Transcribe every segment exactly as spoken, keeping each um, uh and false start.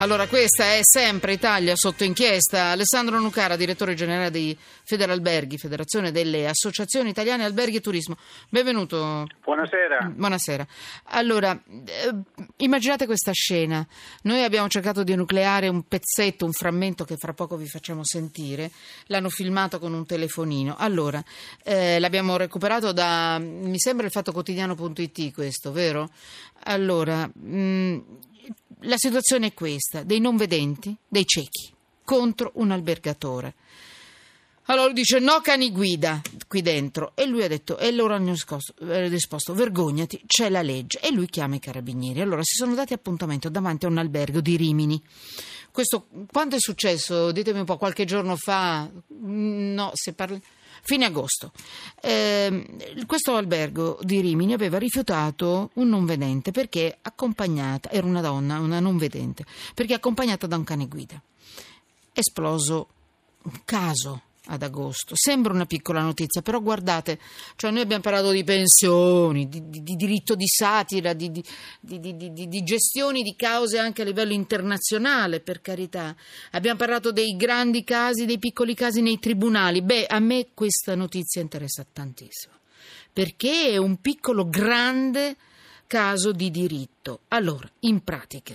Allora, questa è sempre Italia sotto inchiesta. Alessandro Nucara, direttore generale di Federalberghi, Federazione delle Associazioni Italiane Alberghi e Turismo. Benvenuto. Buonasera. Buonasera. Allora, eh, immaginate questa scena. Noi abbiamo cercato di enucleare un pezzetto, un frammento che fra poco vi facciamo sentire. L'hanno filmato con un telefonino. Allora, eh, l'abbiamo recuperato da, mi sembra, il Fatto Quotidiano punto it, questo, vero? Allora... Mh, la situazione è questa: dei non vedenti, dei ciechi, contro un albergatore. Allora lui dice no cani guida qui dentro, e lui ha detto, e loro hanno risposto vergognati, c'è la legge, e lui chiama i carabinieri. Allora si sono dati appuntamento davanti a un albergo di Rimini. Questo quando è successo? Ditemi un po', qualche giorno fa? No, se parla... Fine agosto. Eh, questo albergo di Rimini aveva rifiutato un non vedente perché accompagnata, era una donna, una non vedente, perché accompagnata da un cane guida. Esploso un caso ad agosto. Sembra una piccola notizia, però guardate, cioè noi abbiamo parlato di pensioni, di, di, di diritto di satira, di, di, di, di, di, di gestioni di cause anche a livello internazionale, per carità. Abbiamo parlato dei grandi casi, dei piccoli casi nei tribunali. Beh, a me questa notizia interessa tantissimo, perché è un piccolo grande caso di diritto. Allora, in pratica,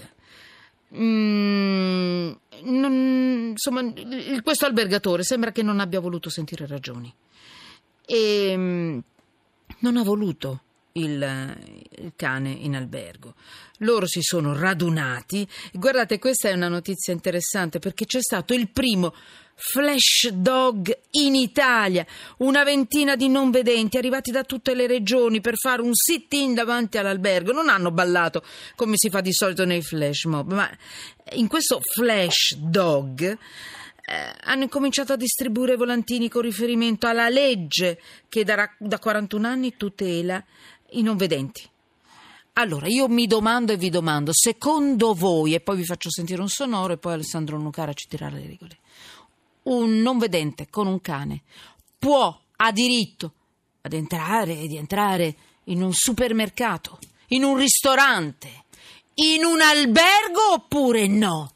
Mm, non, insomma, il, questo albergatore sembra che non abbia voluto sentire ragioni e mm, non ha voluto il, il cane in albergo. Loro si sono radunati. Guardate, questa è una notizia interessante perché c'è stato il primo flash dog in Italia, una ventina di non vedenti arrivati da tutte le regioni per fare un sit-in davanti all'albergo. Non hanno ballato come si fa di solito nei flash mob, ma in questo flash dog eh, hanno incominciato a distribuire volantini con riferimento alla legge che da, da quarantuno anni tutela i non vedenti. Allora, io mi domando e vi domando, secondo voi, e poi vi faccio sentire un sonoro e poi Alessandro Nucara ci dirà le regole, un non vedente con un cane può, ha diritto ad entrare e di entrare in un supermercato, in un ristorante, in un albergo oppure no?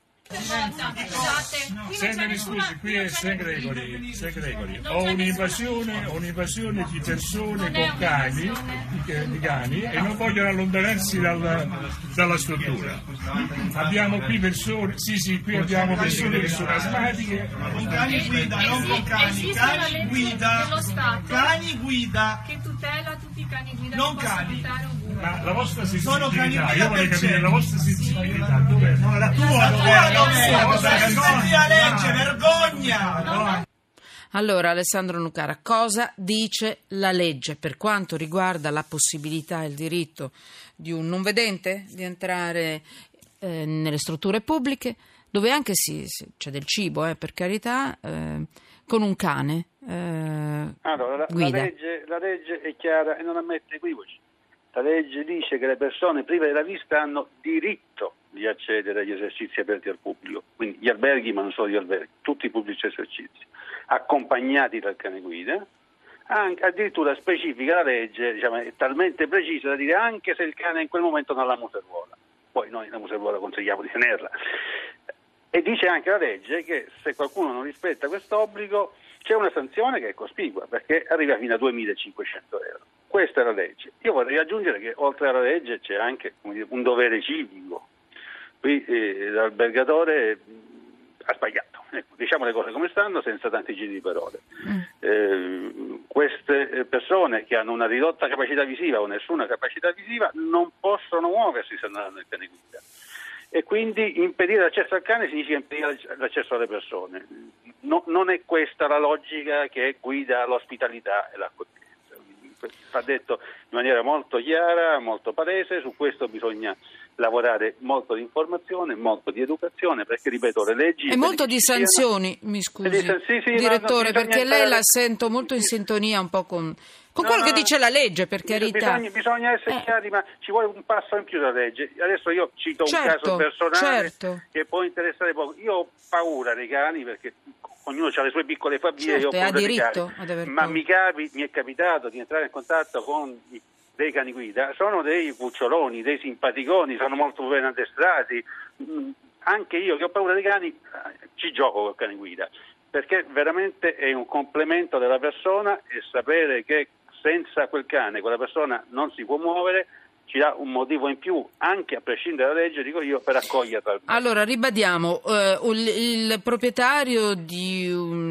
Senti, mi scusi, qui è San Gregori, San Gregori. Ho un'invasione, ho un'invasione di persone con cani, di, di cani, e non vogliono allontanarsi dalla, dalla struttura. Abbiamo qui persone, sì sì, qui abbiamo persone che sono asmatiche. Con cani guida, non con cani, cani guida, cani guida. Che tutela tutti i cani guida, non cani. Ma la vostra Sono sensibilità, io vorrei capire la vostra sensibilità, dov'è? No, la tua, la tua non è, rispetti la legge, vergogna! Allora, Alessandro Nucara, cosa dice la legge per quanto riguarda la possibilità e il diritto di un non vedente di entrare eh, nelle strutture pubbliche, dove anche sì, sì, c'è del cibo, eh, per carità, eh, con un cane eh, allora, la, guida. La legge, la legge è chiara e non ammette equivoci. La legge dice che le persone prive della vista hanno diritto di accedere agli esercizi aperti al pubblico, quindi gli alberghi, ma non solo gli alberghi, tutti i pubblici esercizi, accompagnati dal cane guida. Anche, addirittura specifica la legge, diciamo, è talmente precisa da dire anche se il cane in quel momento non ha la museruola. Poi noi la museruola consigliamo di tenerla. E dice anche la legge che se qualcuno non rispetta questo obbligo c'è una sanzione che è cospicua, perché arriva fino a duemilacinquecento euro. Questa è la legge. Io vorrei aggiungere che oltre alla legge c'è anche, come dire, un dovere civico. Qui eh, l'albergatore ha sbagliato. Ecco, diciamo le cose come stanno senza tanti giri di parole. Mm. Eh, queste persone che hanno una ridotta capacità visiva o nessuna capacità visiva non possono muoversi se non hanno il cane guida. E quindi impedire l'accesso al cane significa impedire l'accesso alle persone. No, non è questa la logica che guida l'ospitalità e l'accoglienza. Va detto in maniera molto chiara, molto palese, su questo bisogna lavorare molto di informazione, molto di educazione, perché ripeto le leggi... E molto di sanzioni, siano... mi scusi, di, sì, sì, direttore, perché entrare... lei la sento molto in sintonia un po' con, con no, quello no, che dice la legge, per carità. Bisogna, bisogna essere eh. chiari, ma ci vuole un passo in più della legge. Adesso io cito certo, un caso personale certo. che può interessare poco. Io ho paura dei cani perché ognuno ha le sue piccole famiglie, certo, io ho paura ha diritto dei ad aver ma mi, capi, mi è capitato di entrare in contatto con i, dei cani guida, sono dei cuccioloni, dei simpaticoni, sono molto ben addestrati, anche io che ho paura dei cani eh, ci gioco col cane guida, perché veramente è un complemento della persona, e sapere che senza quel cane quella persona non si può muovere ci dà un motivo in più, anche a prescindere dalla legge, dico io, per accoglierla. Allora, ribadiamo, eh, il, il proprietario di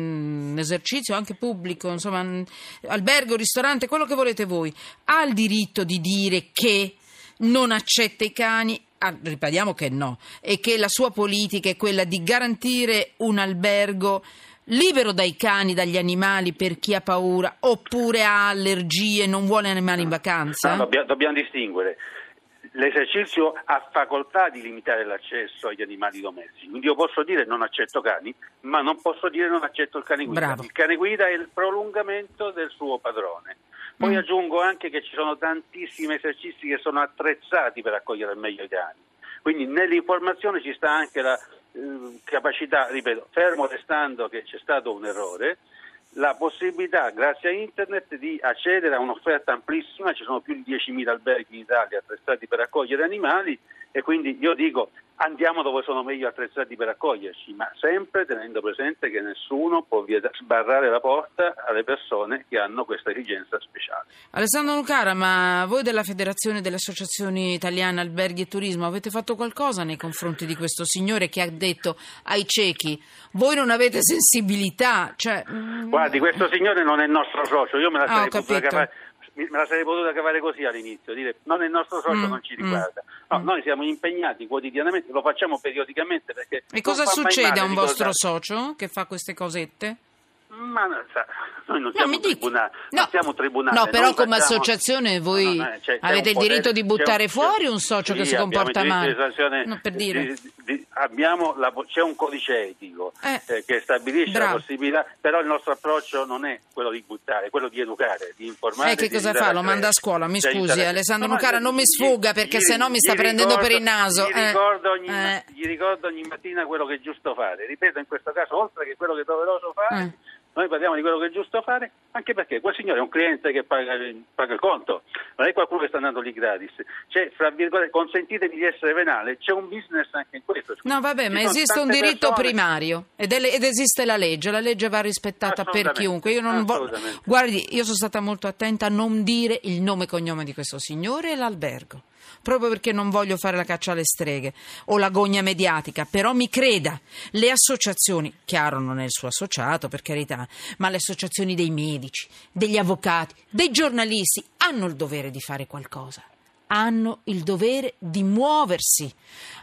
un esercizio anche pubblico, insomma, albergo, ristorante, quello che volete voi, ha il diritto di dire che non accetta i cani? Ah, ribadiamo che no, e che la sua politica è quella di garantire un albergo libero dai cani, dagli animali, per chi ha paura, oppure ha allergie, non vuole animali in vacanza? No, dobbiamo, dobbiamo distinguere. L'esercizio ha facoltà di limitare l'accesso agli animali domestici, quindi io posso dire non accetto cani, ma non posso dire non accetto il cane guida. Bravo. Il cane guida è il prolungamento del suo padrone. Poi mm. aggiungo anche che ci sono tantissimi esercizi che sono attrezzati per accogliere al meglio i cani, quindi nell'informazione ci sta anche la capacità, ripeto, fermo restando che c'è stato un errore, la possibilità grazie a internet di accedere a un'offerta amplissima. Ci sono più di diecimila alberghi in Italia attrezzati per accogliere animali, e quindi io dico andiamo dove sono meglio attrezzati per accoglierci, ma sempre tenendo presente che nessuno può vietare, sbarrare la porta alle persone che hanno questa esigenza speciale. Alessandro Nucara, ma voi della Federazione delle Associazioni Italiane Alberghi e Turismo avete fatto qualcosa nei confronti di questo signore che ha detto ai ciechi voi non avete sensibilità? Cioè... Guardi, questo signore non è il nostro socio, io me la ah, sarei potuta cavare, me la sarei potuta cavare così all'inizio, dire non è il nostro socio, mm, non ci riguarda. No, mm. Noi siamo impegnati quotidianamente, lo facciamo periodicamente perché... E cosa succede a un vostro socio che fa queste cosette? Ma noi non siamo, no, tribunale, no. non siamo tribunale. No, però noi come facciamo... associazione voi no, no, c'è, avete c'è il diritto potere, di buttare un, fuori un socio sì, che si comporta male. Sanzione, no, per dire. Di, di, abbiamo la, c'è un codice etico eh, eh, che stabilisce bravo. la possibilità, però il nostro approccio non è quello di buttare, è quello di educare, di informare. Eh, che cosa fa? Lo manda a scuola? Mi scusi, aiutare. Alessandro no, Nucara, gli, non mi sfugga perché gli, sennò mi sta gli prendendo ricordo, per il naso. Gli, eh, ricordo ogni, eh. gli ricordo ogni mattina quello che è giusto fare. Ripeto, in questo caso, oltre che quello che è doveroso fare, eh. noi parliamo di quello che è giusto fare, anche perché quel signore è un cliente che paga, paga il conto, non è qualcuno che sta andando lì gratis. C'è, fra virgolette, consentitemi di essere venale, c'è un business anche in questo. No, vabbè, ma esiste un diritto persone... primario ed, è, ed esiste la legge, la legge va rispettata per chiunque. Io non voglio, guardi, io sono stata molto attenta a non dire il nome e cognome di questo signore e l'albergo, proprio perché non voglio fare la caccia alle streghe o la gogna mediatica, però mi creda, le associazioni, chiaro non è il suo associato per carità, ma le associazioni dei medici, degli avvocati, dei giornalisti hanno il dovere di fare qualcosa, hanno il dovere di muoversi.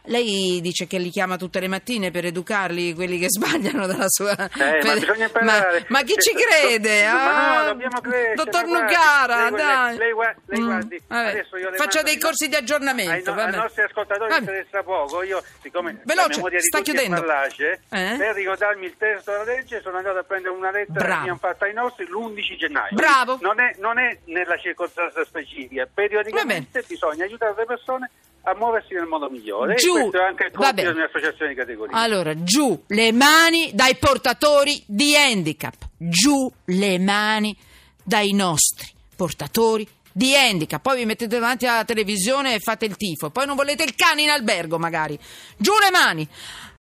Lei dice che li chiama tutte le mattine per educarli, quelli che sbagliano dalla sua... Eh, per... ma bisogna imparare. Ma, ma chi ci crede? Ma ah, no, dobbiamo crescere. Dottor Nucara, lei, dai. Lei, lei, lei mm, guardi, adesso io le faccia dei corsi di aggiornamento. Ai, no, ai nostri ascoltatori interessa poco. Io, siccome veloce, la memoria di sta tutti chiudendo. è fallace, eh? per ricordarmi il testo della legge sono andato a prendere una lettera Bravo. che mi hanno fatto ai nostri l'undici gennaio. Bravo. Non è, non è nella circostanza specifica. Periodicamente bisogna aiutare le persone a muoversi nel modo migliore. Giù, e questo è anche il compito di un'associazione di categoria. Allora, giù le mani dai portatori di handicap, giù le mani dai nostri portatori di handicap. Poi vi mettete davanti alla televisione e fate il tifo, poi non volete il cane in albergo magari. Giù le mani.